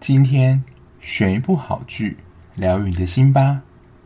今天选一部好剧，疗愈你的心吧。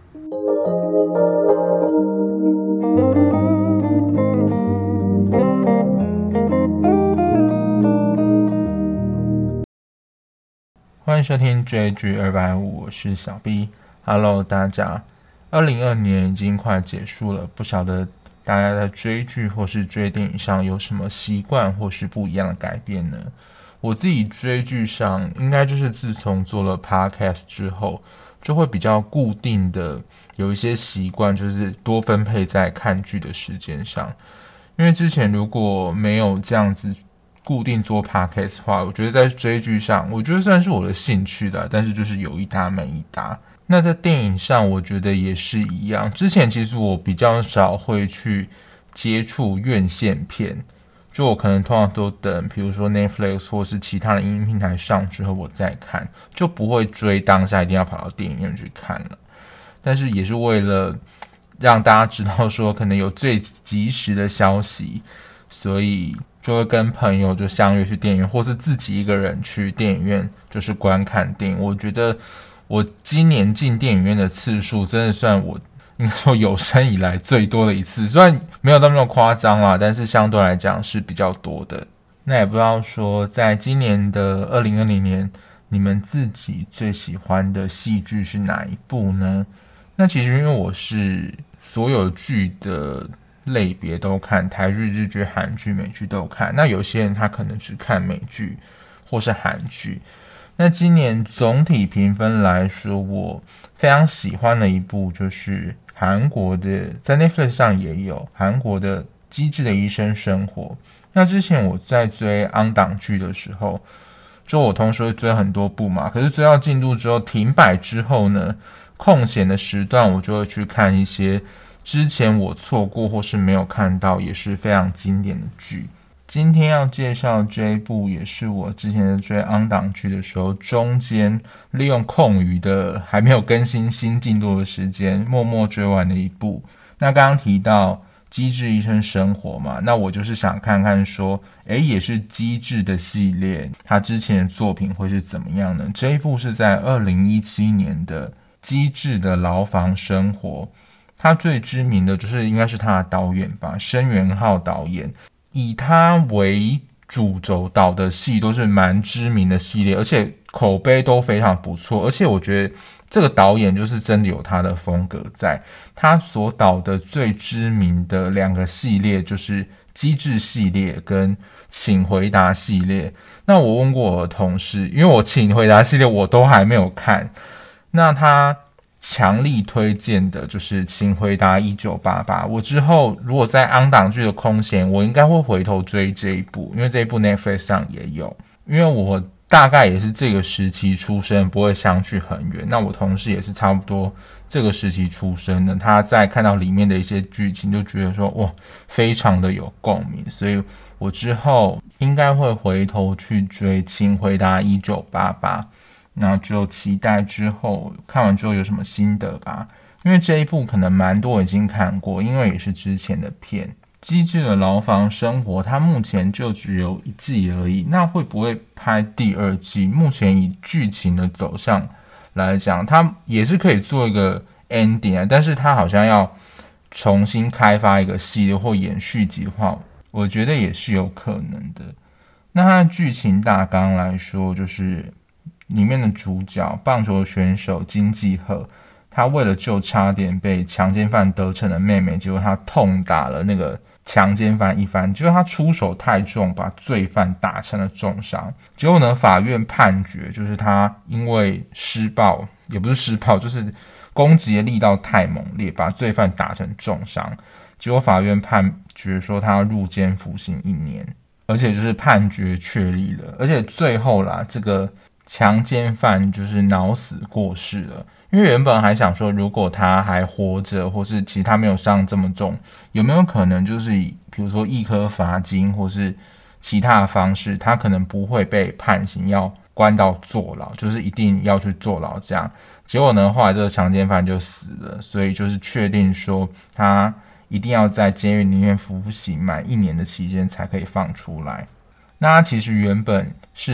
欢迎收听追剧250，我是小 B。Hello， 大家，2020年已经快结束了，不晓得大家在追剧或是追电影上有什么习惯或是不一样的改变呢？我自己追剧上，应该就是自从做了 podcast 之后，就会比较固定的有一些习惯，就是多分配在看剧的时间上。因为之前如果没有这样子固定做 podcast 的话，我觉得在追剧上，我觉得算是我的兴趣的，但是就是有一搭没一搭。那在电影上，我觉得也是一样。之前其实我比较少会去接触院线片，就我可能通常都等，比如说 Netflix 或是其他的影音平台上之后我再看，就不会追当下一定要跑到电影院去看了。但是也是为了让大家知道说可能有最及时的消息，所以就会跟朋友就相约去电影院，或是自己一个人去电影院就是观看电影。我觉得我今年进电影院的次数真的算我应该说有生以来最多的一次，虽然没有那么夸张啦，但是相对来讲是比较多的。那也不知道说在今年的2020年，你们自己最喜欢的戏剧是哪一部呢？那其实因为我是所有剧的类别都看，台剧、日剧、韩剧、美剧都看。那有些人他可能只看美剧或是韩剧。那今年总体评分来说，我非常喜欢的一部就是韩国的，在 Netflix 上也有韩国的《机智的医生生活》。那之前我在追昂档剧的时候，就我同时会追很多部嘛，可是追到进度之后停摆之后呢，空闲的时段我就会去看一些之前我错过或是没有看到也是非常经典的剧。今天要介绍这一部也是我之前在追昂档剧的时候，中间利用空余的还没有更新新进度的时间默默追完的一部。那刚刚提到机智医生生活嘛，那我就是想看看说也是机智的系列，他之前的作品会是怎么样呢？这一部是在2017年的机智的牢房生活，他最知名的就是应该是他的导演吧，申元浩导演，以他为主轴导的戏都是蛮知名的系列，而且口碑都非常不错。而且我觉得这个导演就是真的有他的风格在，他所导的最知名的2个系列就是机智系列跟请回答系列。那我问过我的同事，因为我请回答系列我都还没有看，那他强力推荐的就是请回答1988。我之后如果在昂档剧的空闲，我应该会回头追这一部，因为这一部 Netflix 上也有。因为我大概也是这个时期出生，不会相去很远。那我同事也是差不多这个时期出生的，他在看到里面的一些剧情就觉得说哇，非常的有共鸣，所以我之后应该会回头去追请回答1988。那就期待之后看完之后有什么心得吧，因为这一部可能蛮多已经看过，因为也是之前的片。机智的牢房生活它目前就只有1季而已，那会不会拍第2季？目前以剧情的走向来讲，它也是可以做一个 ending 啊，但是它好像要重新开发一个系列或演续集的话，我觉得也是有可能的。那它的剧情大纲来说，就是里面的主角棒球选手金继赫，他为了救差点被强奸犯得逞的妹妹，结果他痛打了那个强奸犯一番，结果他出手太重，把罪犯打成了重伤。结果呢，法院判决就是他因为施暴，也不是施暴，就是攻击的力道太猛烈，把罪犯打成重伤。结果法院判决说他要入监服刑1年，而且就是判决确立了，而且最后啦，这个强奸犯就是脑死过世了。因为原本还想说，如果他还活着，或是其实他没有伤这么重，有没有可能就是以比如说1颗罚金或是其他的方式，他可能不会被判刑要关到坐牢，就是一定要去坐牢这样。结果呢，后来这个强奸犯就死了，所以就是确定说他一定要在监狱里面服刑满1年的期间才可以放出来。那他其实原本是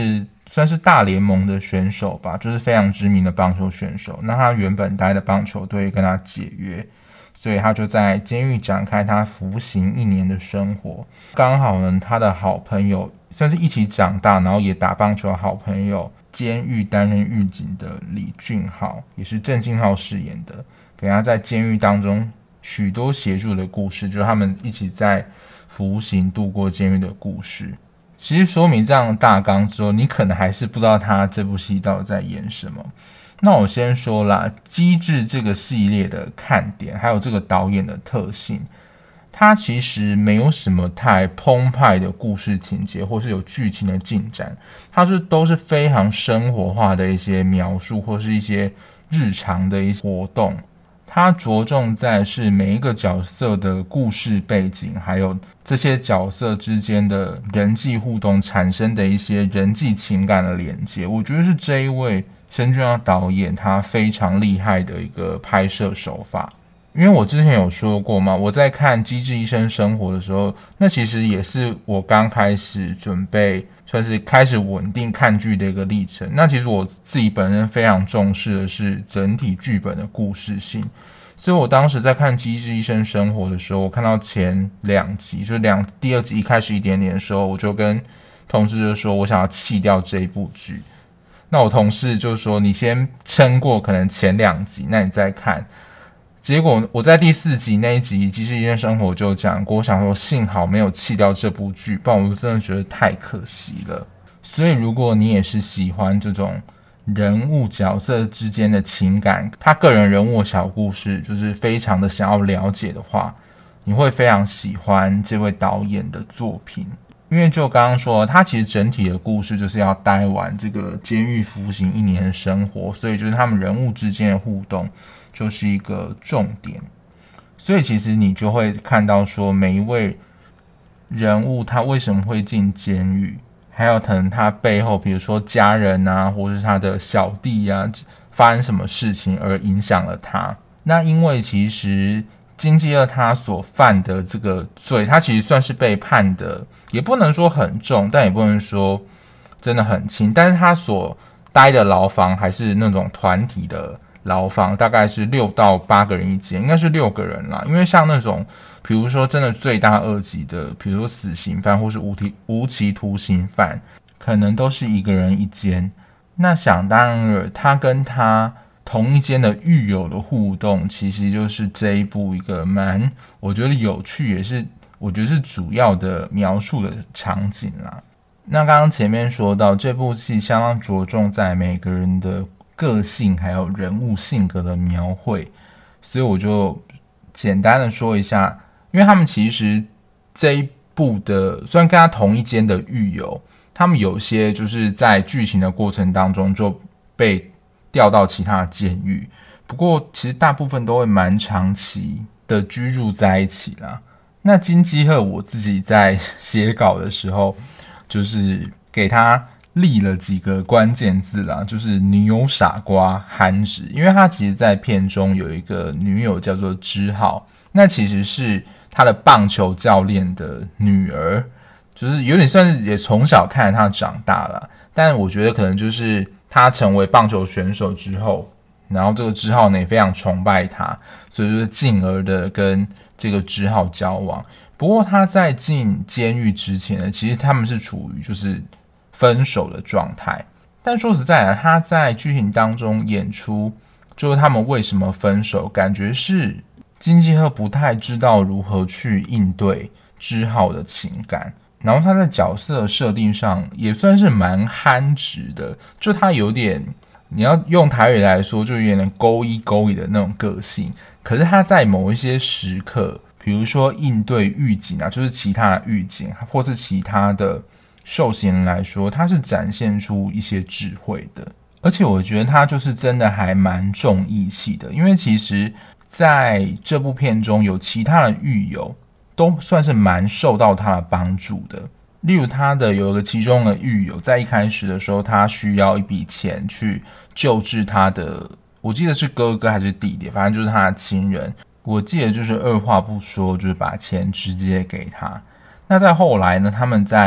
算是大联盟的选手吧，就是非常知名的棒球选手。那他原本待的棒球队跟他解约，所以他就在监狱展开他服刑1年的生活。刚好呢，他的好朋友算是一起长大，然后也打棒球的好朋友，监狱担任狱警的李俊浩，也是郑敬浩饰演的，给他在监狱当中许多协助的故事，就是他们一起在服刑度过监狱的故事。其实说明这样的大纲之后，你可能还是不知道他这部戏到底在演什么。那我先说啦，机智这个系列的看点，还有这个导演的特性，它其实没有什么太澎湃的故事情节，或是有剧情的进展，它都是非常生活化的一些描述，或是一些日常的一些活动。它着重在是每一个角色的故事背景，还有这些角色之间的人际互动产生的一些人际情感的连接。我觉得是这一位申俊耀导演他非常厉害的一个拍摄手法。因为我之前有说过嘛，我在看《机智医生生活》的时候，那其实也是我刚开始准备算是开始稳定看剧的一个历程。那其实我自己本身非常重视的是整体剧本的故事性，所以我当时在看《机智医生生活》的时候，我看到前2集，就是第2集一开始一点点的时候，我就跟同事就说我想要弃掉这一部剧。那我同事就说你先撑过可能前2集，那你再看。结果我在第4集那一集《机智医生生活》就讲过，我想说幸好没有弃掉这部剧，不然我真的觉得太可惜了。所以如果你也是喜欢这种人物角色之间的情感，他个人人物小故事，就是非常的想要了解的话，你会非常喜欢这位导演的作品。因为就刚刚说，他其实整体的故事就是要待完这个监狱服刑1年的生活，所以就是他们人物之间的互动就是一个重点。所以其实你就会看到说，每一位人物他为什么会进监狱，还有可能他背后比如说家人啊，或是他的小弟啊，发生什么事情而影响了他。那因为其实经济二他所犯的这个罪，他其实算是被判的，也不能说很重，但也不能说真的很轻，但是他所待的牢房还是那种团体的牢房，大概是6到8个人一间，应该是6个人啦。因为像那种比如说真的罪大恶极的，比如说死刑犯或是无期徒刑犯，可能都是1个人一间。那想当然了，他跟他同一间的狱友的互动，其实就是这一部一个我觉得有趣，也是我觉得是主要的描述的场景啦。那刚刚前面说到，这部戏相当着重在每个人的个性还有人物性格的描绘，所以我就简单的说一下，因为他们其实这一部的虽然跟他同一间的狱友，他们有些就是在剧情的过程当中就被调到其他的监狱，不过其实大部分都会蛮长期的居住在一起啦。那金基赫我自己在写稿的时候，就是给他立了几个关键字啦，就是女友傻瓜憨直，因为他其实在片中有一个女友叫做知浩，那其实是他的棒球教练的女儿，就是有点算是也从小看着他长大了，但我觉得可能就是他成为棒球选手之后，然后这个知浩呢也非常崇拜他，所以就是进而的跟这个知浩交往。不过他在进监狱之前呢，其实他们是处于就是分手的状态。但说实在的，他在剧情当中演出就是他们为什么分手，感觉是金基赫不太知道如何去应对知浩的情感。然后他在角色设定上也算是蛮憨直的，就他有点，你要用台语来说，就有点勾一勾一的那种个性。可是他在某一些时刻，比如说应对狱警啊，就是其他的狱警或是其他的受刑人来说，他是展现出一些智慧的。而且我觉得他就是真的还蛮重义气的，因为其实在这部片中有其他的狱友都算是蛮受到他的帮助的。例如他的有一个其中的狱友，在一开始的时候，他需要一笔钱去救治他的，我记得是哥哥还是弟弟，反正就是他的亲人。我记得就是二话不说，就是把钱直接给他。那在后来呢，他们在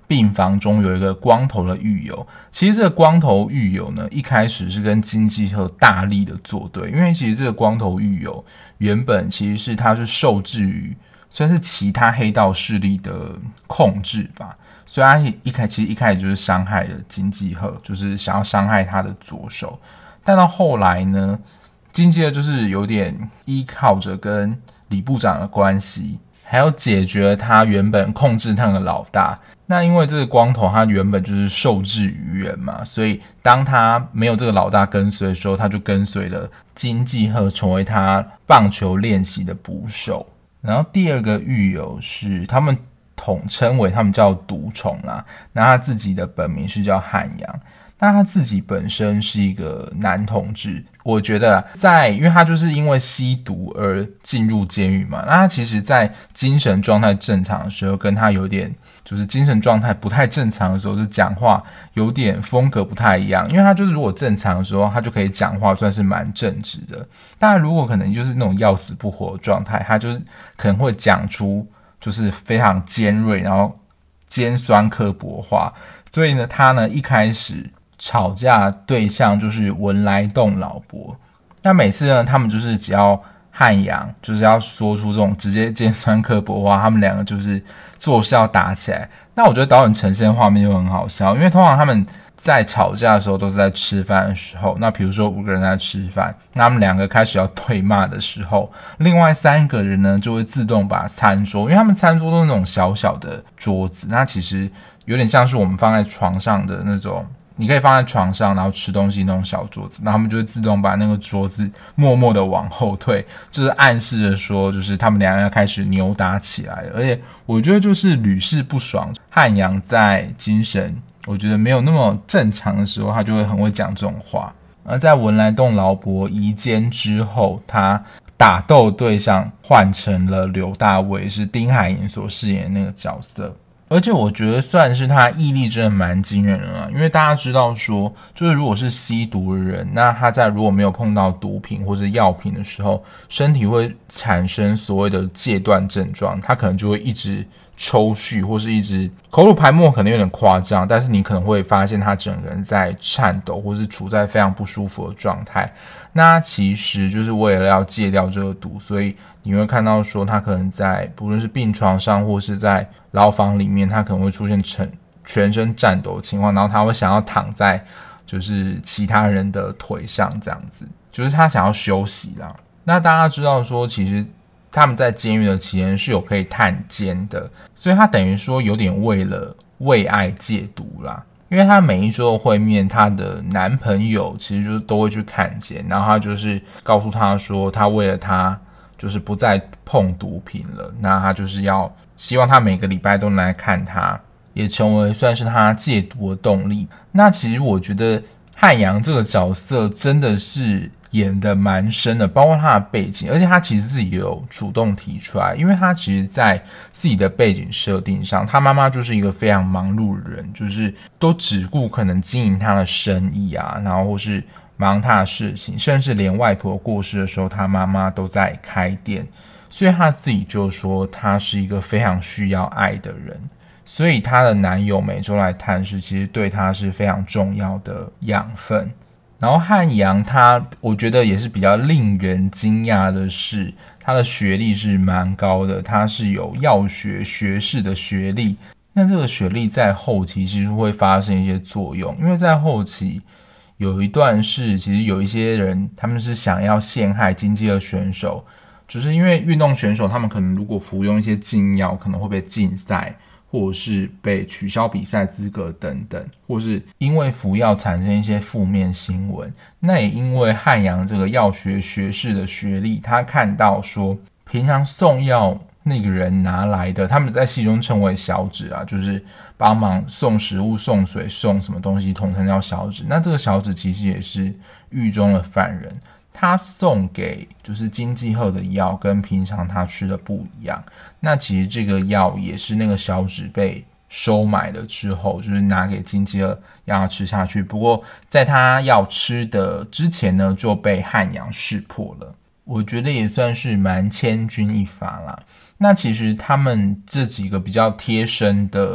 病房中有一个光头的狱友。其实这个光头狱友呢，一开始是跟金继鹤大力的作对，因为其实这个光头狱友原本其实他是受制于算是其他黑道势力的控制吧，所以他其实一开始就是伤害了金继鹤，就是想要伤害他的左手。但到后来呢，金继鹤就是有点依靠着跟李部长的关系，还有解决他原本控制那个老大。那因为这个光头他原本就是受制于人嘛，所以当他没有这个老大跟随的时候，他就跟随了金继鹤成为他棒球练习的捕手。然后第二个狱友是他们统称为他们叫毒虫啦，那他自己的本名是叫汉阳。那他自己本身是一个男同志，我觉得因为他就是因为吸毒而进入监狱嘛，那他其实在精神状态正常的时候，跟他有点就是精神状态不太正常的时候，就讲话有点风格不太一样。因为他就是如果正常的时候，他就可以讲话算是蛮正直的，当然如果可能就是那种要死不活的状态，他就是可能会讲出就是非常尖锐然后尖酸刻薄话。所以呢，他呢一开始吵架对象就是文莱栋老伯，那每次呢，他们就是只要汉阳就是要说出这种直接尖酸刻薄话，他们两个就是做事要打起来。那我觉得导演呈现画面就很好笑，因为通常他们在吵架的时候都是在吃饭的时候，那比如说5个人在吃饭，那他们2个开始要对骂的时候，另外3个人呢就会自动把餐桌，因为他们餐桌都是那种小小的桌子，那其实有点像是我们放在床上的那种，你可以放在床上然后吃东西那种小桌子，那他们就会自动把那个桌子默默的往后退，就是暗示着说就是他们2个要开始扭打起来了。而且我觉得就是屡试不爽，汉阳在精神我觉得没有那么正常的时候，他就会很会讲这种话。而在文莱栋劳勃移监之后，他打斗对象换成了刘大卫，是丁海寅所饰演的那个角色。而且我觉得算是他毅力真的蛮惊人的啦，因为大家知道说，就是如果是吸毒的人，那他在如果没有碰到毒品或是药品的时候，身体会产生所谓的戒断症状，他可能就会一直抽搐，或是一直口吐白沫，可能有点夸张，但是你可能会发现他整个人在颤抖，或是处在非常不舒服的状态。那其实就是为了要戒掉这个毒，所以你会看到说他可能在不论是病床上或是在牢房里面，他可能会出现全身颤抖的情况，然后他会想要躺在就是其他人的腿上，这样子就是他想要休息啦。那大家知道说其实他们在监狱的期间是有可以探监的，所以他等于说有点为爱戒毒啦。因为他每一周的会面，他的男朋友其实就是都会去看监，然后他就是告诉他说，他为了他就是不再碰毒品了，那他就是要希望他每个礼拜都能来看他，也成为算是他戒毒的动力。那其实我觉得汉阳这个角色真的是演得蛮深的，包括他的背景，而且他其实自己也有主动提出来，因为他其实在自己的背景设定上，他妈妈就是一个非常忙碌的人，就是都只顾可能经营他的生意啊，然后或是忙他的事情，甚至连外婆过世的时候，他妈妈都在开店，所以他自己就说他是一个非常需要爱的人，所以他的男友每周来探视，其实对他是非常重要的养分。然后汉阳我觉得也是比较令人惊讶的是，他的学历是蛮高的，他是有药学学士的学历。那这个学历在后期其实会发生一些作用，因为在后期有一段是其实有一些人他们是想要陷害经济的选手，就是因为运动选手他们可能如果服用一些禁药可能会被禁赛，或者是被取消比赛资格等等，或是因为服药产生一些负面新闻。那也因为汉阳这个药学学士的学历，他看到说平常送药那个人拿来的，他们在戏中称为小指啊，就是帮忙送食物送水送什么东西统称叫小指。那这个小指其实也是狱中的犯人，他送给就是金继鹤的药跟平常他吃的不一样，那其实这个药也是那个小指被收买了之后，就是拿给金继鹤让他吃下去，不过在他要吃的之前呢就被汉阳识破了，我觉得也算是蛮千钧一发啦。那其实他们这几个比较贴身的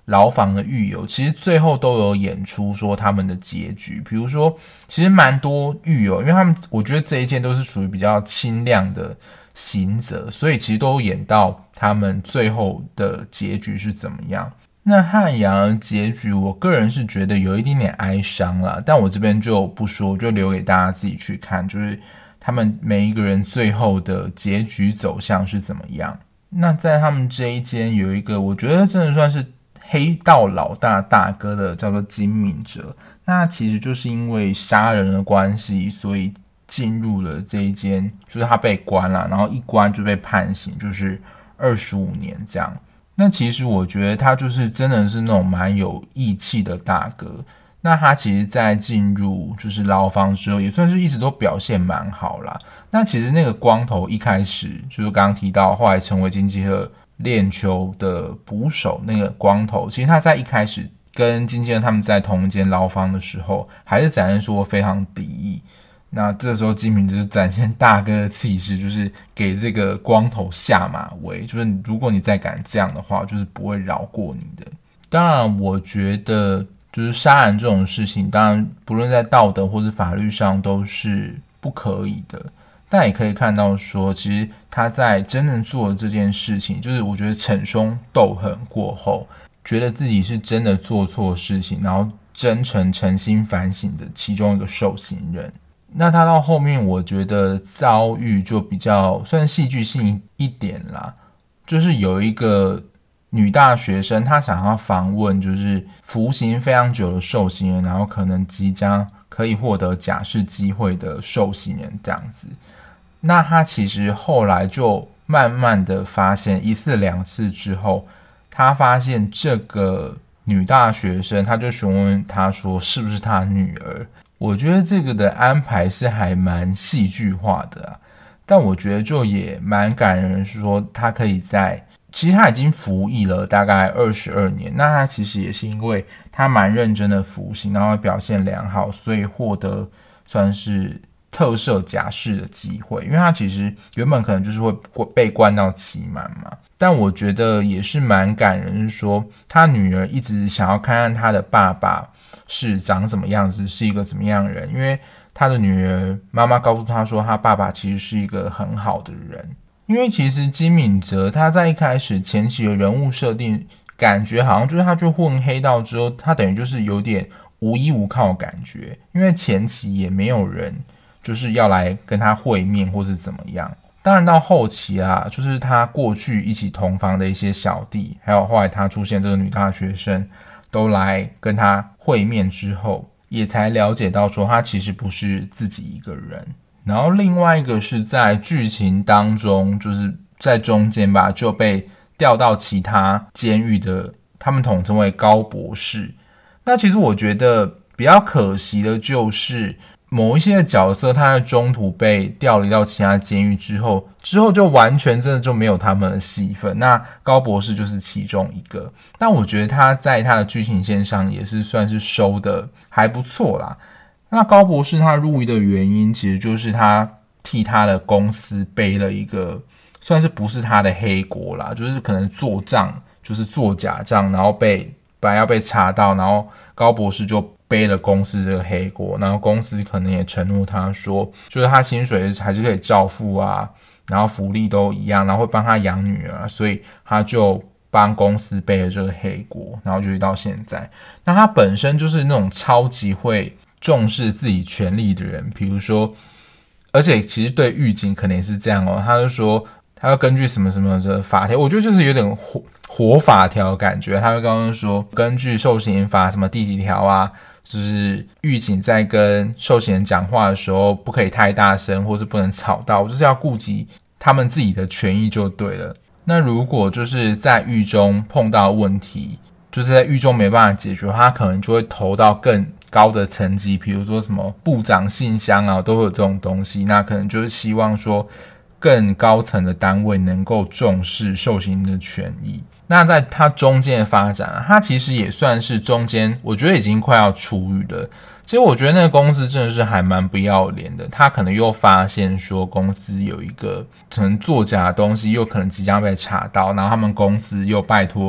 牢房的狱友，其实最后都有演出说他们的结局。比如说，其实蛮多狱友，因为他们我觉得这一件都是属于比较轻量的刑责，所以其实都有演到他们最后的结局是怎么样。那汉阳的结局，我个人是觉得有一点点哀伤啦，但我这边就不说，就留给大家自己去看，就是他们每一个人最后的结局走向是怎么样。那在他们这一间有一个，我觉得真的算是黑道老大大哥的，叫做金敏哲。那其实就是因为杀人的关系，所以进入了这一间，就是他被关了，然后一关就被判刑，就是25年这样。那其实我觉得他就是真的是那种蛮有义气的大哥。那他其实在进入就是牢房之后，也算是一直都表现蛮好啦。那其实那个光头一开始就是刚刚提到，后来成为经纪人练球的捕手那个光头，其实他在一开始跟经纪人他们在同一间牢房的时候，还是展现出非常敌意。那这时候金敏就是展现大哥的气势，就是给这个光头下马威，就是如果你再敢这样的话，就是不会饶过你的。当然我觉得就是杀人这种事情，当然不论在道德或是法律上都是不可以的，但也可以看到说，其实他在真正做的这件事情，就是我觉得逞凶斗狠过后，觉得自己是真的做错事情，然后诚心反省的其中一个受刑人。那他到后面我觉得遭遇就比较算戏剧性一点啦，就是有一个女大学生，她想要访问就是服刑非常久的受刑人，然后可能即将可以获得假释机会的受刑人这样子。那她其实后来就慢慢的发现，一次两次之后，她发现这个女大学生，她就询问她说是不是她女儿。我觉得这个的安排是还蛮戏剧化的啊，但我觉得就也蛮感人，是说他可以其实他已经服役了大概22年，那他其实也是因为他蛮认真的服刑，然后表现良好，所以获得算是特赦假释的机会，因为他其实原本可能就是会被关到期满嘛。但我觉得也是蛮感人，是说他女儿一直想要看看他的爸爸是长什么样子，是一个怎么样的人，因为他的女儿妈妈告诉他说，他爸爸其实是一个很好的人。因为其实金敏哲他在一开始前期的人物设定，感觉好像就是他去混黑道之后，他等于就是有点无依无靠的感觉，因为前期也没有人就是要来跟他会面或是怎么样。当然到后期啊，就是他过去一起同房的一些小弟，还有后来他出现这个女大学生，都来跟他会面之后，也才了解到说他其实不是自己一个人。然后另外一个是在剧情当中，就是在中间吧，就被调到其他监狱的，他们统称为高博士。那其实我觉得比较可惜的就是某一些的角色，他在中途被调离到其他监狱之后就完全真的就没有他们的戏份。那高博士就是其中一个，但我觉得他在他的剧情线上也是算是收的还不错啦。那高博士他入狱的原因，其实就是他替他的公司背了一个算是不是他的黑锅啦，就是可能做账，就是做假账，然后本来要被查到，然后高博士就背了公司这个黑锅，然后公司可能也承诺他说，就是他薪水还是可以照付啊，然后福利都一样，然后会帮他养女儿，所以他就帮公司背了这个黑锅，然后就到现在。那他本身就是那种超级会重视自己权利的人，比如说，而且其实对狱警可能也是这样哦，他就说他要根据什么什么的法条，我觉得就是有点活法条的感觉。他会刚刚说，根据受刑法什么第几条啊，就是狱警在跟受刑人讲话的时候，不可以太大声，或是不能吵到，就是要顾及他们自己的权益就对了。那如果就是在狱中碰到问题，就是在狱中没办法解决，他可能就会投到更高的层级，比如说什么部长信箱啊，都会有这种东西。那可能就是希望说更高层的单位能够重视受刑人的权益。那在他中间的发展，他其实也算是中间，我觉得已经快要出狱了。其实我觉得那个公司真的是还蛮不要脸的，他可能又发现说公司有一个可能作假的东西，又可能即将被查到，然后他们公司又拜托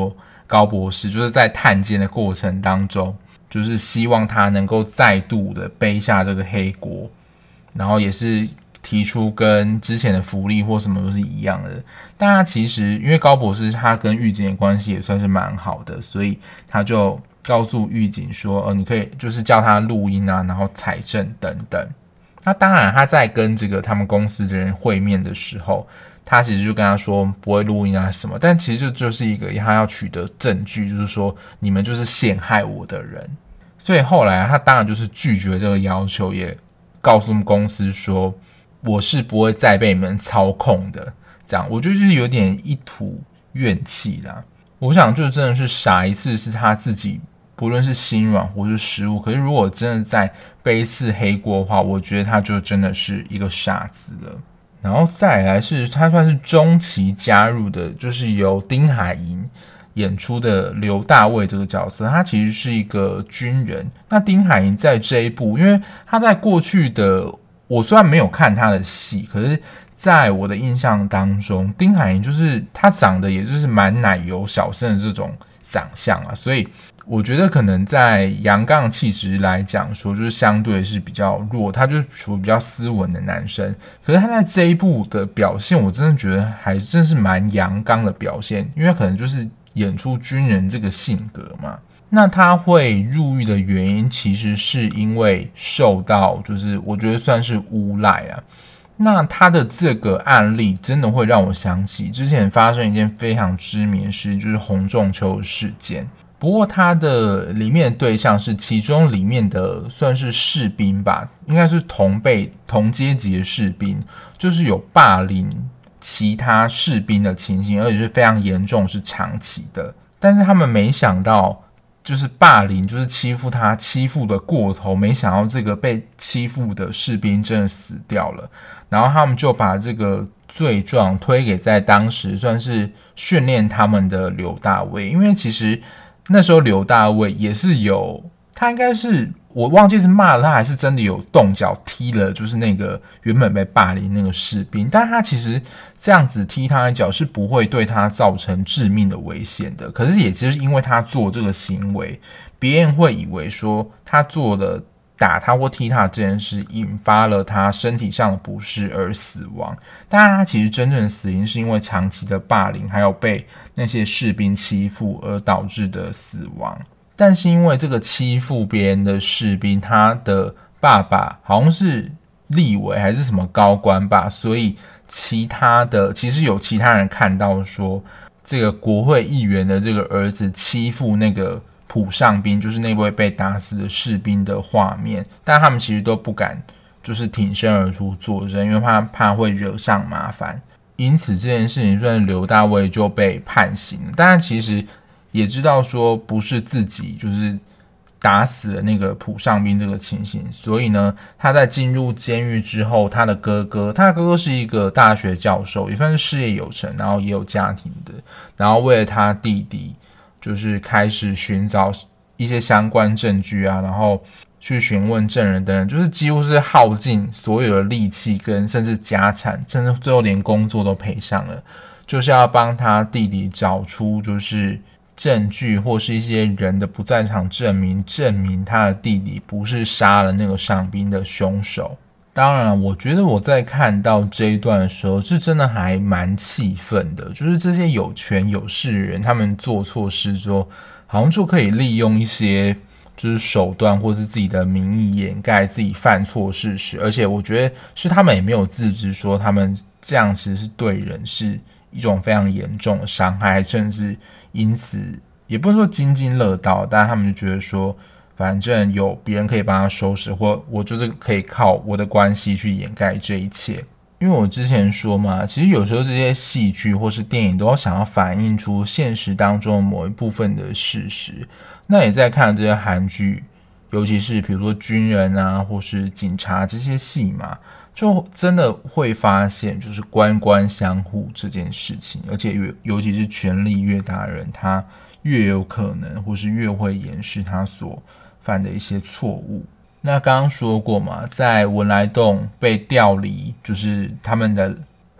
高博士，就是在探监的过程当中，就是希望他能够再度的背下这个黑锅，然后也是提出跟之前的福利或什么都是一样的。但他其实因为高博士他跟狱警的关系也算是蛮好的，所以他就告诉狱警说，你可以就是叫他录音啊，然后采证等等。那当然他在跟这个他们公司的人会面的时候，他其实就跟他说不会录音啊什么，但其实就是一个他要取得证据，就是说你们就是陷害我的人。所以后来他当然就是拒绝这个要求，也告诉公司说我是不会再被你们操控的。这样我觉得就是有点一吐怨气啦。我想就真的是傻一次是他自己，不论是心软或是失误，可是如果真的在背一次黑锅的话，我觉得他就真的是一个傻子了。然后再来是他算是中期加入的，就是由丁海寅演出的刘大卫这个角色，他其实是一个军人。那丁海寅在这一部，因为他在过去的我虽然没有看他的戏，可是在我的印象当中，丁海寅就是他长得也就是蛮奶油小生的这种长相啊，所以我觉得可能在阳刚气质来讲说，就是相对是比较弱，他就是属于比较斯文的男生。可是他在这一部的表现，我真的觉得还真是蛮阳刚的表现，因为可能就是演出军人这个性格嘛。那他会入狱的原因，其实是因为受到就是我觉得算是诬赖啊。那他的这个案例真的会让我想起之前发生一件非常知名的事，就是洪仲丘事件。不过他的里面的对象是其中里面的算是士兵吧，应该是同阶级的士兵，就是有霸凌其他士兵的情形，而且是非常严重，是长期的。但是他们没想到，就是霸凌，就是欺负他，欺负的过头，没想到这个被欺负的士兵真的死掉了。然后他们就把这个罪状推给在当时算是训练他们的刘大卫，因为其实那时候刘大卫也是有，他应该是我忘记是骂了他，还是真的有动脚踢了，就是那个原本被霸凌那个士兵。但他其实这样子踢他一脚是不会对他造成致命的危险的。可是也就是因为他做这个行为，别人会以为说他做了打他或踢他这件事，引发了他身体上的不适而死亡。但他其实真正的死因是因为长期的霸凌，还有被那些士兵欺负而导致的死亡。但是因为这个欺负别人的士兵，他的爸爸好像是立委还是什么高官吧，所以其实有其他人看到说，这个国会议员的这个儿子欺负那个普上兵，就是那位被打死的士兵的画面，但他们其实都不敢就是挺身而出作证，因为怕会惹上麻烦。因此这件事情虽然刘大卫就被判刑了，但其实也知道说不是自己就是打死了那个普上兵这个情形，所以呢，他在进入监狱之后，他的哥哥是一个大学教授，也算是事业有成，然后也有家庭的，然后为了他弟弟，就是开始寻找一些相关证据啊，然后去询问证人等等，就是几乎是耗尽所有的力气跟甚至家产，甚至最后连工作都赔上了，就是要帮他弟弟找出就是证据或是一些人的不在场证明他的弟弟不是杀了那个上兵的凶手。当然我觉得我在看到这一段的时候是真的还蛮气愤的，就是这些有权有势的人，他们做错事之后好像就可以利用一些就是手段或是自己的名义掩盖自己犯错事实，而且我觉得是他们也没有自知说他们这样其实是对人是一种非常严重的伤害，甚至因此也不是说津津乐道，但他们就觉得说反正有别人可以帮他收拾，或我就是可以靠我的关系去掩盖这一切。因为我之前说嘛，其实有时候这些戏剧或是电影都想要反映出现实当中某一部分的事实。那也在看这些韩剧，尤其是比如说军人啊或是警察这些戏嘛，就真的会发现就是官官相护这件事情，而且尤其是权力越大的人，他越有可能或是越会掩饰他所犯的一些错误。那刚刚说过嘛，在文莱洞被调离就是他们的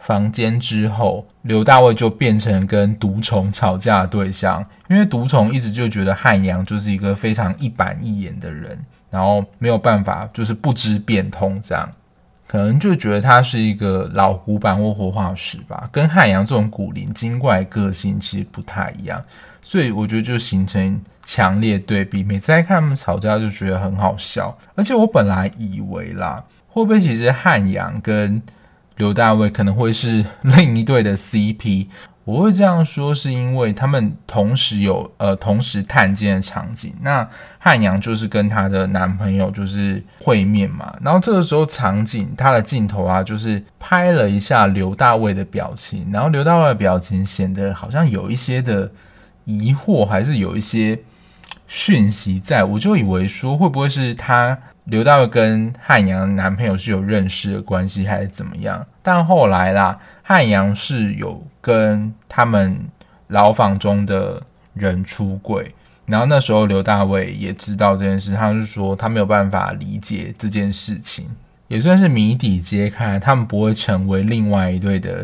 房间之后，刘大卫就变成跟毒虫吵架的对象，因为毒虫一直就觉得汉阳就是一个非常一板一眼的人，然后没有办法就是不知变通这样，可能就觉得他是一个老古板或活化石吧，跟汉阳这种古灵精怪个性其实不太一样，所以我觉得就形成强烈对比，每次在看他们吵架就觉得很好笑，而且我本来以为啦，会不会其实汉阳跟刘大卫可能会是另一对的 CP， 我会这样说是因为他们同时有同时探监的场景，那汉阳就是跟她的男朋友就是会面嘛，然后这个时候场景他的镜头啊就是拍了一下刘大卫的表情，然后刘大卫的表情显得好像有一些的疑惑，还是有一些讯息在，我就以为说会不会是他刘大卫跟汉阳的男朋友是有认识的关系还是怎么样，但后来啦，汉阳是有跟他们牢房中的人出柜，然后那时候刘大卫也知道这件事，他就说他没有办法理解这件事情，也算是谜底揭开，他们不会成为另外一对的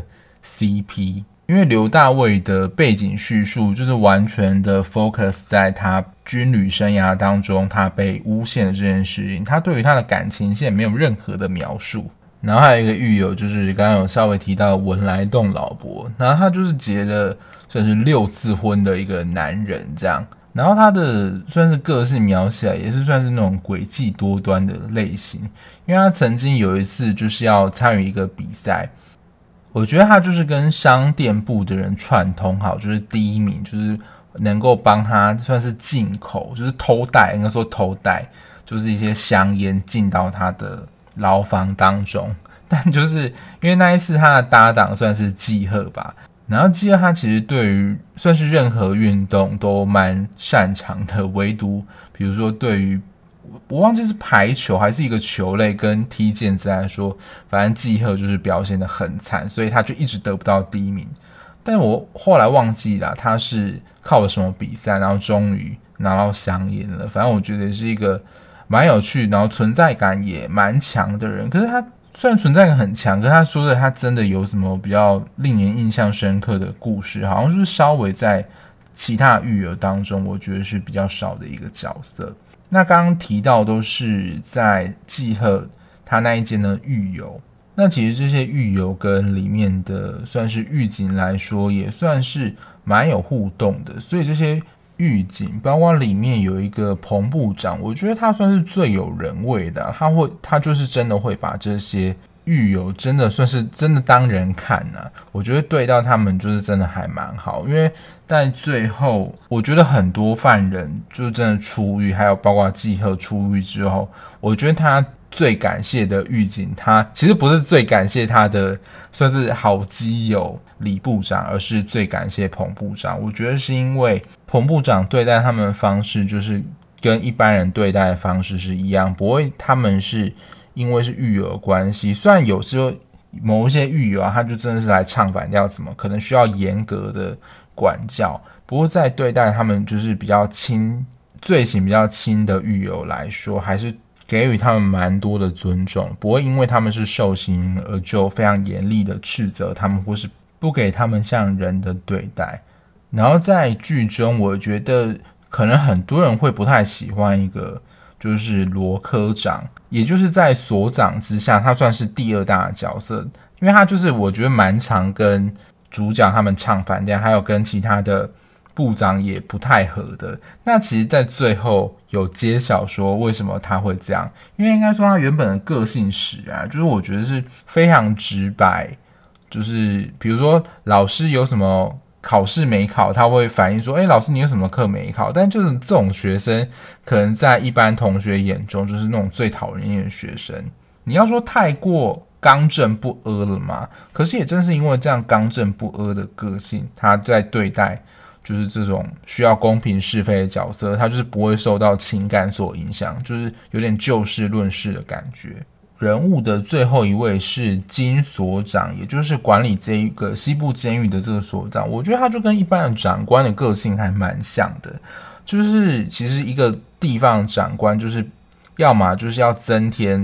CP，因为刘大卫的背景叙述就是完全的 focus 在他军旅生涯当中他被诬陷的这件事情，他对于他的感情线没有任何的描述。然后还有一个狱友就是刚刚有稍微提到文来栋老伯，然后他就是结了算是6次婚的一个男人这样，然后他的算是个性描写也是算是那种诡计多端的类型，因为他曾经有一次就是要参与一个比赛，我觉得他就是跟商店部的人串通好，就是第一名，就是能够帮他算是进口，就是偷带，应该说偷带，就是一些香烟进到他的牢房当中。但就是因为那一次他的搭档算是季赫吧，然后季赫他其实对于算是任何运动都蛮擅长的，唯独比如说对于我忘记是排球还是一个球类跟踢毽子来说，反正季赫就是表现得很惨，所以他就一直得不到第一名。但我后来忘记了他是靠了什么比赛，然后终于拿到香烟了。反正我觉得是一个蛮有趣，然后存在感也蛮强的人。可是他虽然存在感很强，可是他说的他真的有什么比较令人印象深刻的故事，好像就是稍微在其他狱友当中，我觉得是比较少的一个角色。那刚刚提到都是在季赫他那一间的狱友，那其实这些狱友跟里面的算是狱警来说也算是蛮有互动的，所以这些狱警包括里面有一个彭部长，我觉得他算是最有人味的，他就是真的会把这些狱友真的算是真的当人看啊，我觉得对到他们就是真的还蛮好，因为在最后我觉得很多犯人就真的出狱，还有包括季赫出狱之后，我觉得他最感谢的狱警，他其实不是最感谢他的算是好基友李部长，而是最感谢彭部长。我觉得是因为彭部长对待他们的方式就是跟一般人对待的方式是一样，不会他们是因为是狱友的关系，虽然有时候某一些狱友啊，他就真的是来唱反调，怎么可能需要严格的管教，不过在对待他们就是比较轻罪行比较轻的狱友来说，还是给予他们蛮多的尊重，不会因为他们是受刑人而就非常严厉的斥责他们，或是不给他们像人的对待。然后在剧中我觉得可能很多人会不太喜欢一个就是罗科长，也就是在所长之下他算是第二大的角色，因为他就是我觉得蛮常跟主角他们唱反调，还有跟其他的部长也不太合的。那其实在最后有揭晓说为什么他会这样，因为应该说他原本的个性使然，就是我觉得是非常直白，就是比如说老师有什么考试没考，他会反映说老师你有什么课没考，但就是这种学生可能在一般同学眼中就是那种最讨人厌的学生，你要说太过刚正不阿了嘛，可是也正是因为这样刚正不阿的个性，他在对待就是这种需要公平是非的角色，他就是不会受到情感所影响，就是有点就事论事的感觉。人物的最后一位是金所长，也就是管理这一个西部监狱的这个所长，我觉得他就跟一般的长官的个性还蛮像的，就是其实一个地方长官就是要么就是要增添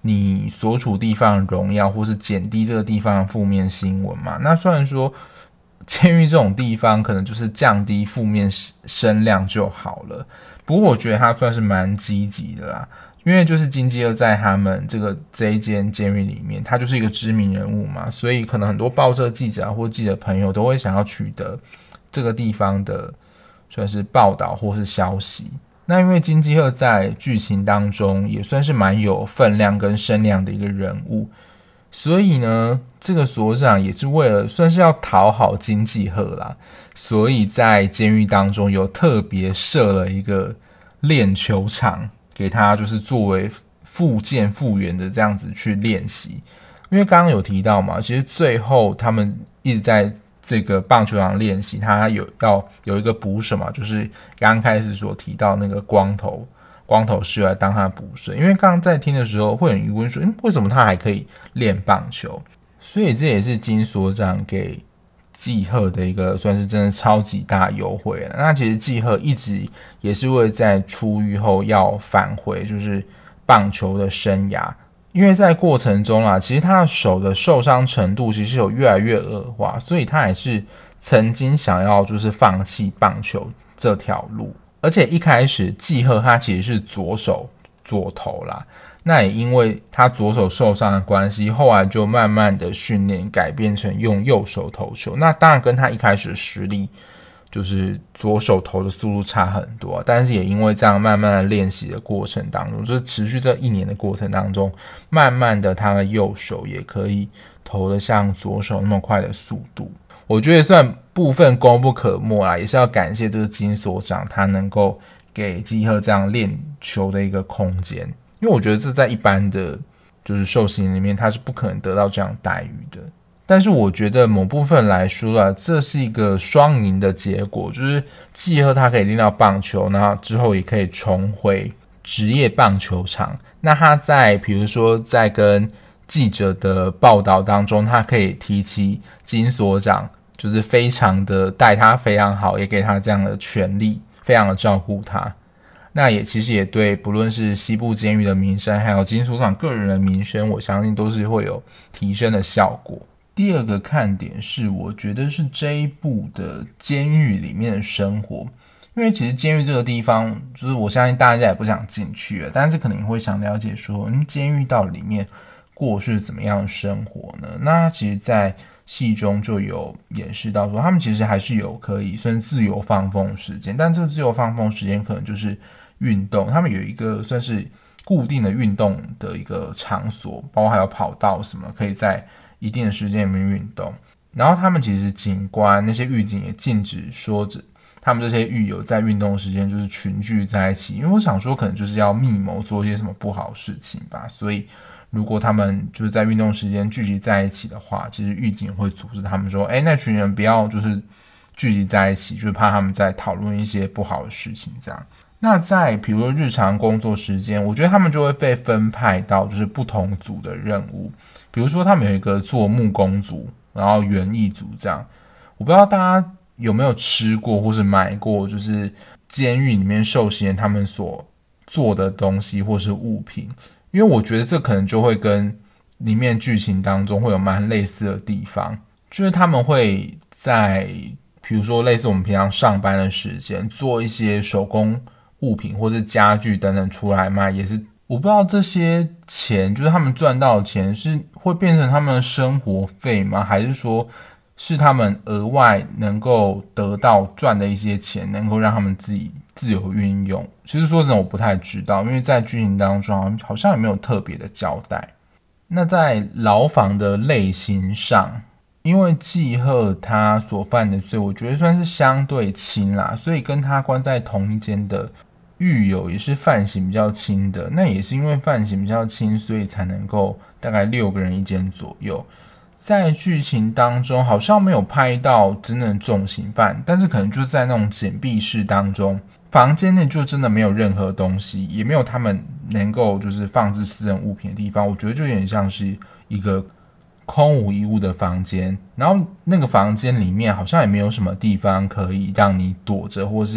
你所处地方的荣耀，或是减低这个地方的负面新闻嘛。那虽然说监狱这种地方可能就是降低负面声量就好了，不过我觉得他算是蛮积极的啦。因为就是金基二在他们这一间监狱里面，他就是一个知名人物嘛，所以可能很多报社记者或记者朋友都会想要取得这个地方的算是报道或是消息。那因为金基二在剧情当中也算是蛮有分量跟声量的一个人物，所以呢，这个所长也是为了算是要讨好金基二啦，所以在监狱当中有特别设了一个练球场。给他就是作为复健复原的这样子去练习，因为刚刚有提到嘛，其实最后他们一直在这个棒球场练习，他有一个捕手嘛，就是刚开始所提到那个光头师来当他的捕手，因为刚刚在听的时候会有疑问说，为什么他还可以练棒球？所以这也是金所长给季赫的一个算是真的超级大优惠了。那其实季赫一直也是为在出狱后要返回就是棒球的生涯，因为在过程中啦，其实他的手的受伤程度其实有越来越恶化，所以他也是曾经想要就是放弃棒球这条路。而且一开始季赫他其实是左投啦，那也因为他左手受伤的关系，后来就慢慢的训练改变成用右手投球。那当然跟他一开始的实力就是左手投的速度差很多，但是也因为这样慢慢的练习的过程当中，就是持续这1年的过程当中，慢慢的他的右手也可以投得像左手那么快的速度。我觉得算部分功不可没啦，也是要感谢这个金所长他能够给季赫这样练球的一个空间。因为我觉得这在一般的就是受刑里面他是不可能得到这样待遇的，但是我觉得某部分来说啦，这是一个双赢的结果，就是季赫他可以练到棒球，然后之后也可以重回职业棒球场。那他在比如说在跟记者的报道当中，他可以提起金所长就是非常的待他非常好，也给他这样的权利，非常的照顾他。那也其实也对不论是西部监狱的名声，还有金所长个人的名声，我相信都是会有提升的效果。第二个看点是，我觉得是这一部的监狱里面的生活，因为其实监狱这个地方，就是我相信大家也不想进去了，但是可能会想了解说，监狱到里面过是怎么样的生活呢？那其实在戏中就有演示到说，他们其实还是有可以算自由放风的时间，但这个自由放风时间可能就是运动，他们有一个算是固定的运动的一个场所，包括还有跑道什么，可以在一定的时间里面运动。然后他们其实警官那些狱警也禁止说他们这些狱友在运动的时间就是群聚在一起，因为我想说可能就是要密谋做一些什么不好的事情吧，所以如果他们就是在运动时间聚集在一起的话，其实狱警会阻止他们说，那群人不要就是聚集在一起，就是怕他们在讨论一些不好的事情这样。那在比如说日常工作时间，我觉得他们就会被分派到就是不同组的任务，比如说他们有一个做木工组，然后园艺组这样。我不知道大家有没有吃过或是买过，就是监狱里面受刑人他们所做的东西或是物品，因为我觉得这可能就会跟里面剧情当中会有蛮类似的地方，就是他们会在比如说类似我们平常上班的时间做一些手工物品或是家具等等出来卖，也是我不知道这些钱就是他们赚到的钱是会变成他们的生活费吗？还是说是他们额外能够得到赚的一些钱能够让他们自己自由运用？其实说真的我不太知道，因为在剧情当中好像也没有特别的交代。那在牢房的类型上，因为季赫他所犯的罪我觉得算是相对轻啦，所以跟他关在同一间的狱友也是犯刑比较轻的，那也是因为犯刑比较轻，所以才能够大概6个人一间左右。在剧情当中好像没有拍到真正的重刑犯，但是可能就是在那种简闭室当中，房间内就真的没有任何东西，也没有他们能够就是放置私人物品的地方，我觉得就有点像是一个空无一物的房间，然后那个房间里面好像也没有什么地方可以让你躲着或是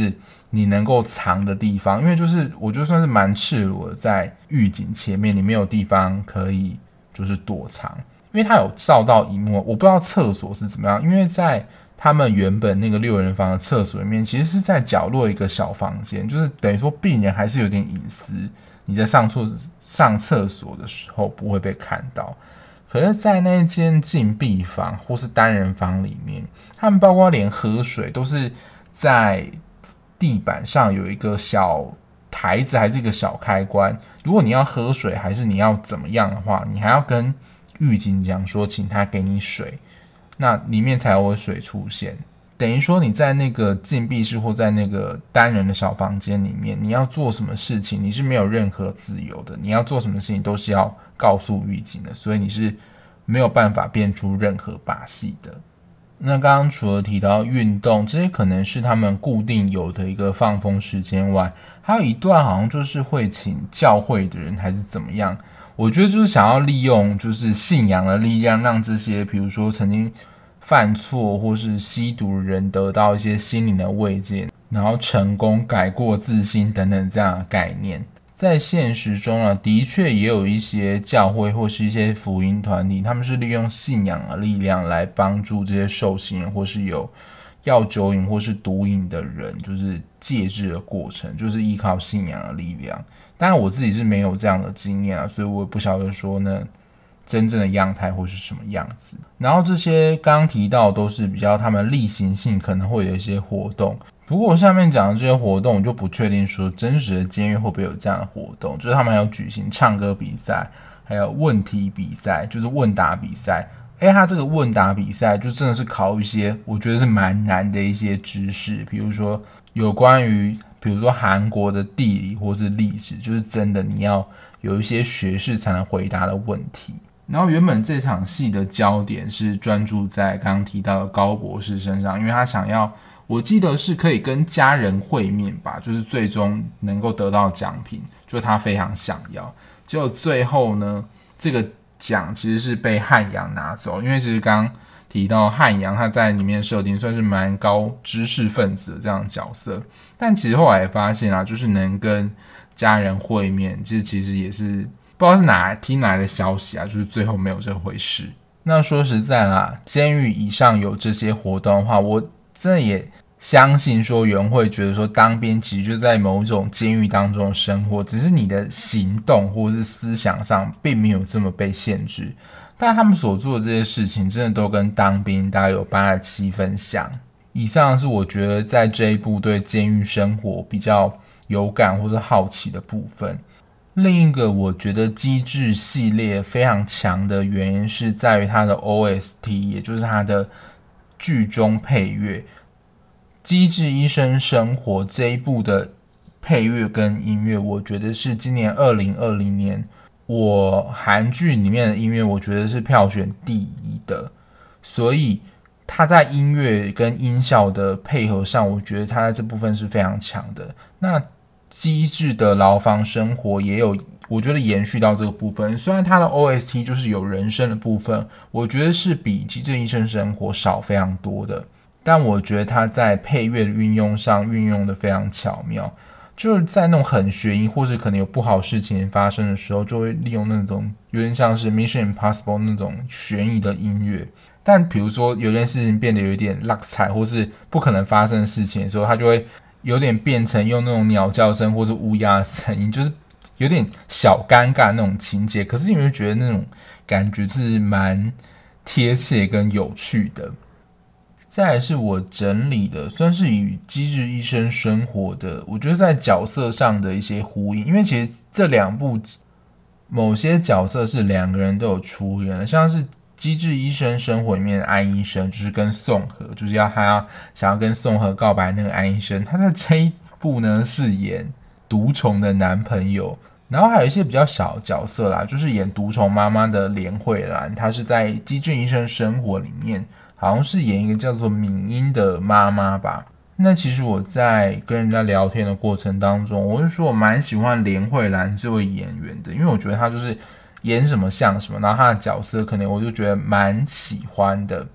你能够藏的地方，因为就是我觉得算是蛮赤裸的，在狱警前面你没有地方可以就是躲藏，因为他有照到荧幕，我不知道厕所是怎么样，因为在他们原本那个6人房的厕所里面，其实是在角落一个小房间，就是等于说病人还是有点隐私，你在上厕所的时候不会被看到。可是，在那间禁闭房或是单人房里面，他们包括连喝水都是在地板上有一个小台子，还是一个小开关。如果你要喝水，还是你要怎么样的话，你还要跟狱警讲说，请他给你水，那里面才有水出现。等于说你在那个禁闭室或在那个单人的小房间里面，你要做什么事情，你是没有任何自由的。你要做什么事情都是要告诉狱警的，所以你是没有办法变出任何把戏的。那刚刚除了提到运动，这些可能是他们固定有的一个放风时间外，还有一段好像就是会请教会的人还是怎么样。我觉得就是想要利用就是信仰的力量，让这些比如说曾经犯错或是吸毒的人得到一些心灵的慰藉，然后成功改过自新等等这样的概念。在现实中啊，的确也有一些教会或是一些福音团体，他们是利用信仰的力量来帮助这些受刑人或是有药酒瘾或是毒瘾的人，就是戒治的过程，就是依靠信仰的力量。当然我自己是没有这样的经验啊，所以我也不晓得说呢真正的样态或是什么样子。然后这些刚刚提到都是比较他们例行性可能会有一些活动，不过我下面讲的这些活动我就不确定说真实的监狱会不会有这样的活动，就是他们还有举行唱歌比赛，还有问题比赛，就是问答比赛。他这个问答比赛就真的是考一些我觉得是蛮难的一些知识，比如说有关于比如说韩国的地理或是历史，就是真的你要有一些学士才能回答的问题。然后原本这场戏的焦点是专注在刚刚提到的高博士身上，因为他想要，我记得是可以跟家人会面吧，就是最终能够得到奖品，就是他非常想要。结果最后呢，这个奖其实是被汉阳拿走，因为其实刚刚提到汉阳他在里面设定算是蛮高知识分子的这样的角色，但其实后来也发现啊，就是能跟家人会面，其实也是不知道是听来的消息啊，就是最后没有这回事。那说实在啦，监狱以上有这些活动的话，我真的也相信说有人会觉得说当兵其实就在某种监狱当中的生活，只是你的行动或是思想上并没有这么被限制，但他们所做的这些事情真的都跟当兵大概有87分像。以上是我觉得在这一部对监狱生活比较有感或是好奇的部分。另一个我觉得机智系列非常强的原因是在于它的 OST， 也就是它的剧中配乐。机智医生生活这一部的配乐跟音乐，我觉得是今年2020年我韩剧里面的音乐，我觉得是票选第一的，所以它在音乐跟音效的配合上，我觉得它在这部分是非常强的。那机智的牢房生活也有，我觉得延续到这个部分。虽然它的 OST 就是有人声的部分，我觉得是比机智医生生活少非常多的，但我觉得它在配乐的运用上运用的非常巧妙，就是在那种很悬疑或是可能有不好事情发生的时候，就会利用那种有点像是 Mission Impossible 那种悬疑的音乐。但比如说有件事情变得有一点落彩或是不可能发生的事情的时候，它就会有点变成用那种鸟叫声或是乌鸦声音，就是有点小尴尬那种情节，可是你会觉得那种感觉是蛮贴切跟有趣的。再来是我整理的算是与机智医生生活的，我觉得在角色上的一些呼应，因为其实这两部某些角色是两个人都有出演的，像是机智医生生活里面的安医生，就是跟宋和，就是他想要跟宋和告白那个安医生，他在这一部呢是演毒虫的男朋友。然后还有一些比较小的角色啦，就是演毒虫妈妈的连慧兰，她是在机智医生生活里面好像是演一个叫做敏英的妈妈吧。那其实我在跟人家聊天的过程当中，我就说我蛮喜欢连慧兰这位演员的，因为我觉得她就是演什么像什么，然后她的角色可能我就觉得蛮喜欢的。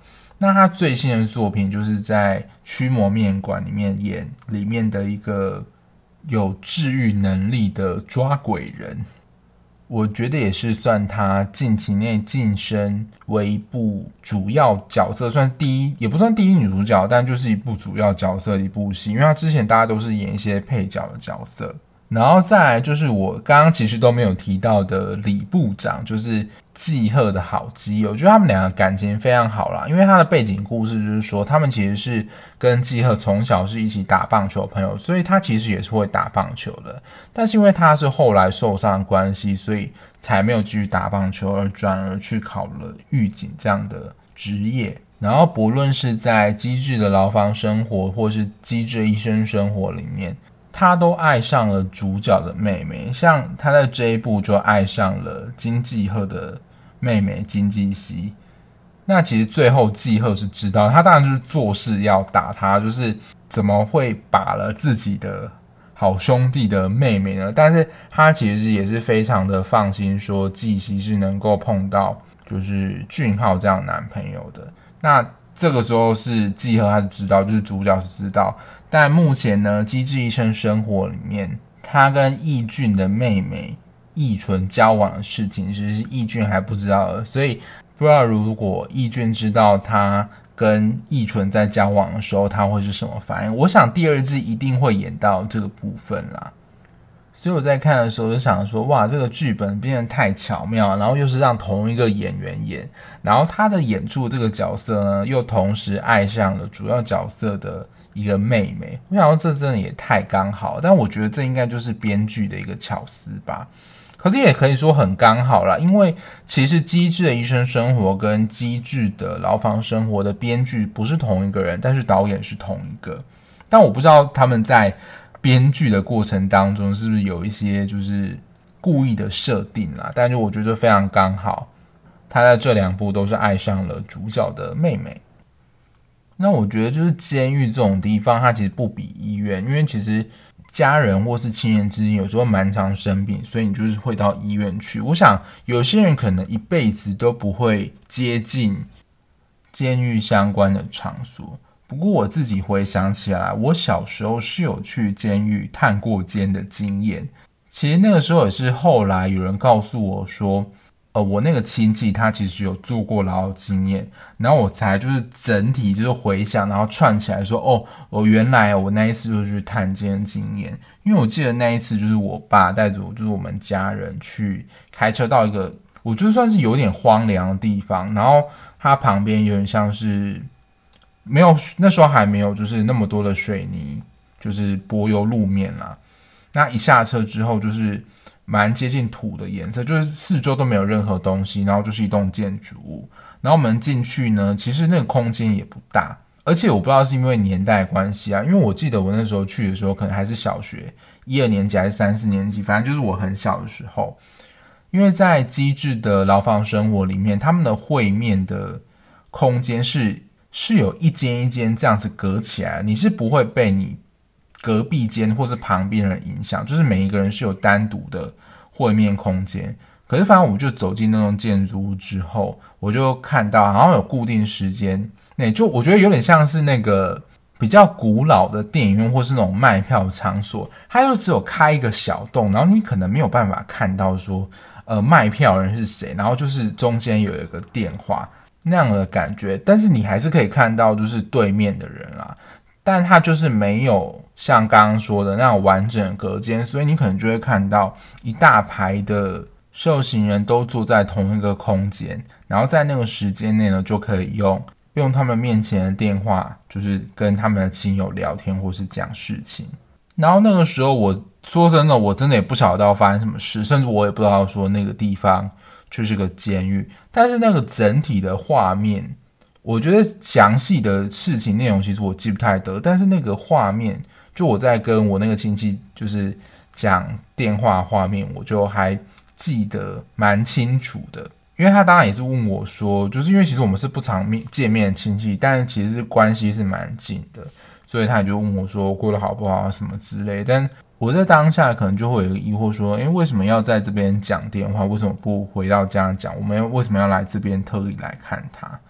那他最新的作品就是在《驱魔面馆》里面演里面的一个有治愈能力的抓鬼人，我觉得也是算他近期内晋升为一部主要角色，算第一也不算第一女主角，但就是一部主要角色的一部戏，因为他之前大家都是演一些配角的角色。然后再来就是我刚刚其实都没有提到的李部长，就是季赫的好基友，我觉得他们两个感情非常好啦，因为他的背景故事就是说他们其实是跟季赫从小是一起打棒球的朋友，所以他其实也是会打棒球的，但是因为他是后来受伤的关系，所以才没有继续打棒球，而转而去考了狱警这样的职业。然后不论是在机智的牢房生活或是机智的医生生活里面，他都爱上了主角的妹妹，像他在这一部就爱上了金继赫的妹妹金继熙。那其实最后继赫是知道，他当然就是做事要打他，就是怎么会把了自己的好兄弟的妹妹呢？但是他其实也是非常的放心，说继熙是能够碰到就是俊浩这样的男朋友的。那这个时候是继赫他是知道，就是主角是知道。但目前呢，《机智医生生活》里面，他跟义俊的妹妹义纯交往的事情，其实是义俊还不知道的，所以不知道如果义俊知道他跟义纯在交往的时候，他会是什么反应？我想第二季一定会演到这个部分啦。所以我在看的时候就想说，哇，这个剧本变得太巧妙，然后又是让同一个演员演，然后他的演出这个角色呢，又同时爱上了主要角色的一个妹妹，我想说这真的也太刚好，但我觉得这应该就是编剧的一个巧思吧。可是也可以说很刚好啦，因为其实机智的医生生活跟机智的牢房生活的编剧不是同一个人，但是导演是同一个。但我不知道他们在编剧的过程当中是不是有一些就是故意的设定啦，但是我觉得非常刚好，他在这两部都是爱上了主角的妹妹。那我觉得就是监狱这种地方，它其实不比医院，因为其实家人或是亲人之间有时候蛮常生病，所以你就是会到医院去。我想有些人可能一辈子都不会接近监狱相关的场所。不过我自己回想起来，我小时候是有去监狱探过监的经验。其实那个时候也是后来有人告诉我说，我那个亲戚他其实有坐过牢的经验，然后我才就是整体就是回想，然后串起来说，原来我那一次就是去探监的经验。因为我记得那一次就是我爸带着我，就是我们家人去开车到一个我就算是有点荒凉的地方，然后它旁边有点像是没有，那时候还没有就是那么多的水泥，就是柏油路面啦。那一下车之后就是蛮接近土的颜色，就是四周都没有任何东西，然后就是一栋建筑物。然后我们进去呢，其实那个空间也不大，而且我不知道是因为年代关系啊，因为我记得我那时候去的时候可能还是小学1、2年级还是3、4年级，反正就是我很小的时候。因为在机智的牢房生活里面，他们的会面的空间是有一间一间这样子隔起来，你是不会被你隔壁间或是旁边的人影响，就是每一个人是有单独的会面空间。可是反正我就走进那栋建筑物之后，我就看到好像有固定时间内，就我觉得有点像是那个比较古老的电影院或是那种卖票场所，它就只有开一个小洞，然后你可能没有办法看到说卖票的人是谁，然后就是中间有一个电话那样的感觉，但是你还是可以看到就是对面的人啦，但它就是没有像刚刚说的那样完整的隔间，所以你可能就会看到一大排的受刑人都坐在同一个空间，然后在那个时间内呢，就可以用他们面前的电话，就是跟他们的亲友聊天或是讲事情。然后那个时候我说真的，我真的也不晓得要发生什么事，甚至我也不知道说那个地方就是个监狱，但是那个整体的画面，我觉得详细的事情内容其实我记不太得，但是那个画面，就我在跟我那个亲戚就是讲电话画面，我就还记得蛮清楚的。因为他当然也是问我说，就是因为其实我们是不常见面的亲戚，但是其实是关系是蛮近的，所以他也就问我说过得好不好啊什么之类的。但我在当下可能就会有一个疑惑说，为什么要在这边讲电话？为什么不回到家讲？我们为什么要来这边特意来看他？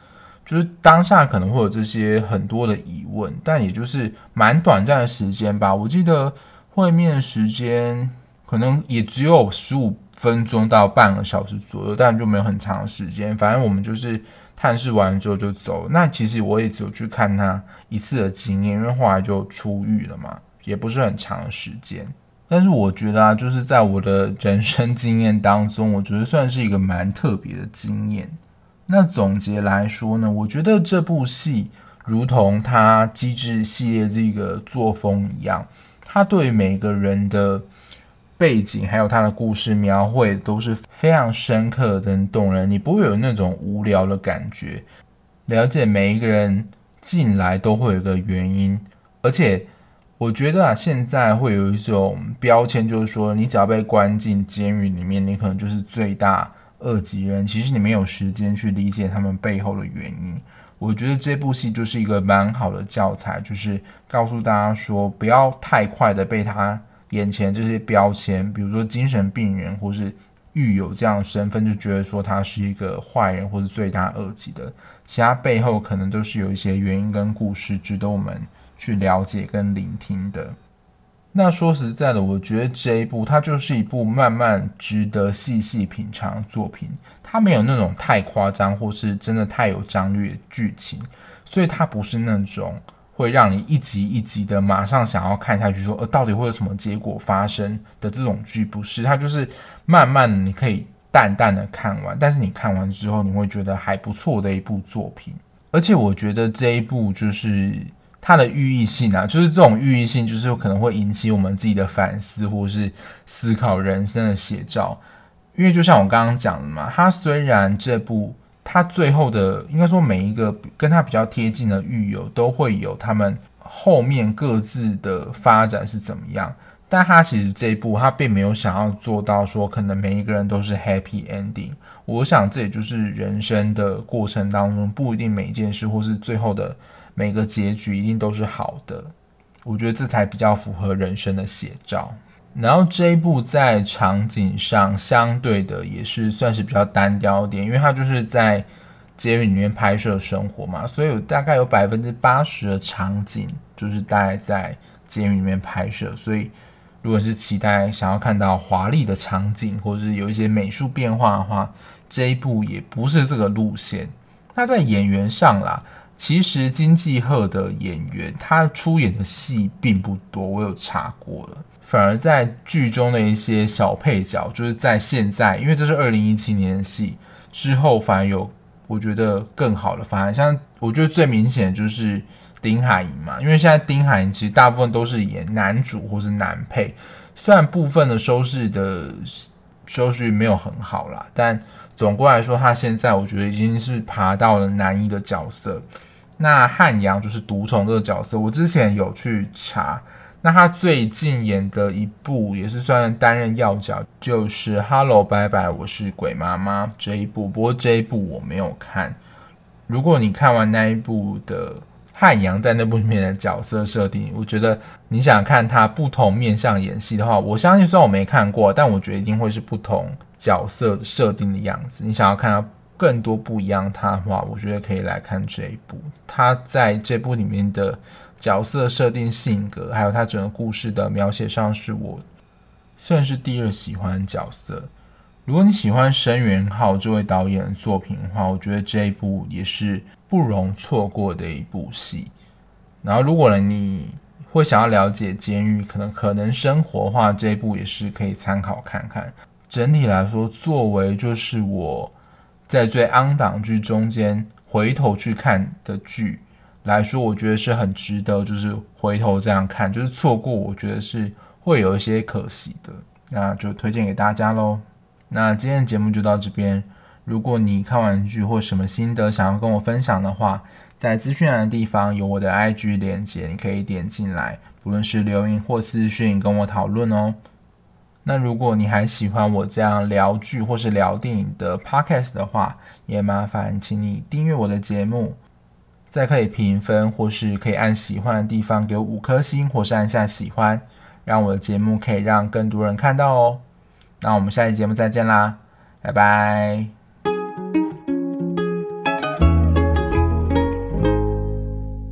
就是当下可能会有这些很多的疑问，但也就是蛮短暂的时间吧。我记得会面时间可能也只有15分钟到半个小时左右，但就没有很长的时间。反正我们就是探视完之后就走。那其实我也只有去看他一次的经验，因为后来就出狱了嘛，也不是很长的时间。但是我觉得就是在我的人生经验当中，我觉得算是一个蛮特别的经验。那总结来说呢，我觉得这部戏如同它机智系列这个作风一样，它对每个人的背景还有它的故事描绘都是非常深刻跟动人，你不会有那种无聊的感觉。了解每一个人进来都会有一个原因，而且我觉得现在会有一种标签，就是说你只要被关进监狱里面，你可能就是最大恶极人，其实你没有时间去理解他们背后的原因。我觉得这部戏就是一个蛮好的教材，就是告诉大家说，不要太快的被他眼前这些标签，比如说精神病人或是狱友这样的身份，就觉得说他是一个坏人或是罪大恶极的，其他背后可能都是有一些原因跟故事值得我们去了解跟聆听的。那说实在的，我觉得这一部它就是一部慢慢值得细细品尝的作品，它没有那种太夸张或是真的太有张力的剧情，所以它不是那种会让你一集一集的马上想要看下去说到底会有什么结果发生的这种剧，不是，它就是慢慢的你可以淡淡的看完，但是你看完之后你会觉得还不错的一部作品。而且我觉得这一部就是它的寓意性就是这种寓意性就是可能会引起我们自己的反思或是思考人生的写照。因为就像我刚刚讲的嘛，它虽然这部它最后的应该说每一个跟它比较贴近的狱友都会有他们后面各自的发展是怎么样，但它其实这一部它并没有想要做到说可能每一个人都是 happy ending。我想这也就是人生的过程当中不一定每一件事或是最后的每个结局一定都是好的，我觉得这才比较符合人生的写照。然后这一部在场景上相对的也是算是比较单调一点，因为它就是在监狱里面拍摄生活嘛，所以大概有 80% 的场景就是大概在监狱里面拍摄，所以如果是期待想要看到华丽的场景或者是有一些美术变化的话，这一部也不是这个路线。那在演员上啦，其实金继赫的演员他出演的戏并不多，我有查过了，反而在剧中的一些小配角，就是在现在，因为这是2017年的戏之后，反而有我觉得更好的发展。像我觉得最明显的就是丁海寅嘛，因为现在丁海寅其实大部分都是演男主或是男配，虽然部分的收视率没有很好啦，但总归来说，他现在我觉得已经是爬到了男一的角色。那汉阳就是独宠这个角色，我之前有去查，那他最近演的一部也是算担任要角，就是《Hello 拜拜我是鬼妈妈》这一部，不过这一部我没有看。如果你看完那一部的汉阳在那部里面的角色设定，我觉得你想看他不同面向演戏的话，我相信虽然我没看过，但我觉得一定会是不同角色设定的样子。你想要看到更多不一样他的话，我觉得可以来看这一部。他在这部里面的角色设定、性格，还有他整个故事的描写上，是我算是第二喜欢的角色。如果你喜欢申元浩这位导演的作品的话，我觉得这一部也是不容错过的一部戏。然后如果你会想要了解监狱可能生活的话，这一部也是可以参考看看。整体来说，作为就是我在最昂档剧中间回头去看的剧来说，我觉得是很值得就是回头这样看，就是错过我觉得是会有一些可惜的，那就推荐给大家咯。那今天的节目就到这边，如果你看完剧或什么心得想要跟我分享的话，在资讯栏的地方有我的 IG 连结，你可以点进来，不论是留言或私讯跟我讨论哦。那如果你还喜欢我这样聊剧或是聊电影的 podcast 的话，也麻烦请你订阅我的节目，再可以评分或是可以按喜欢的地方给我5颗星，或是按下喜欢，让我的节目可以让更多人看到哦。那我们下期节目再见啦，拜拜。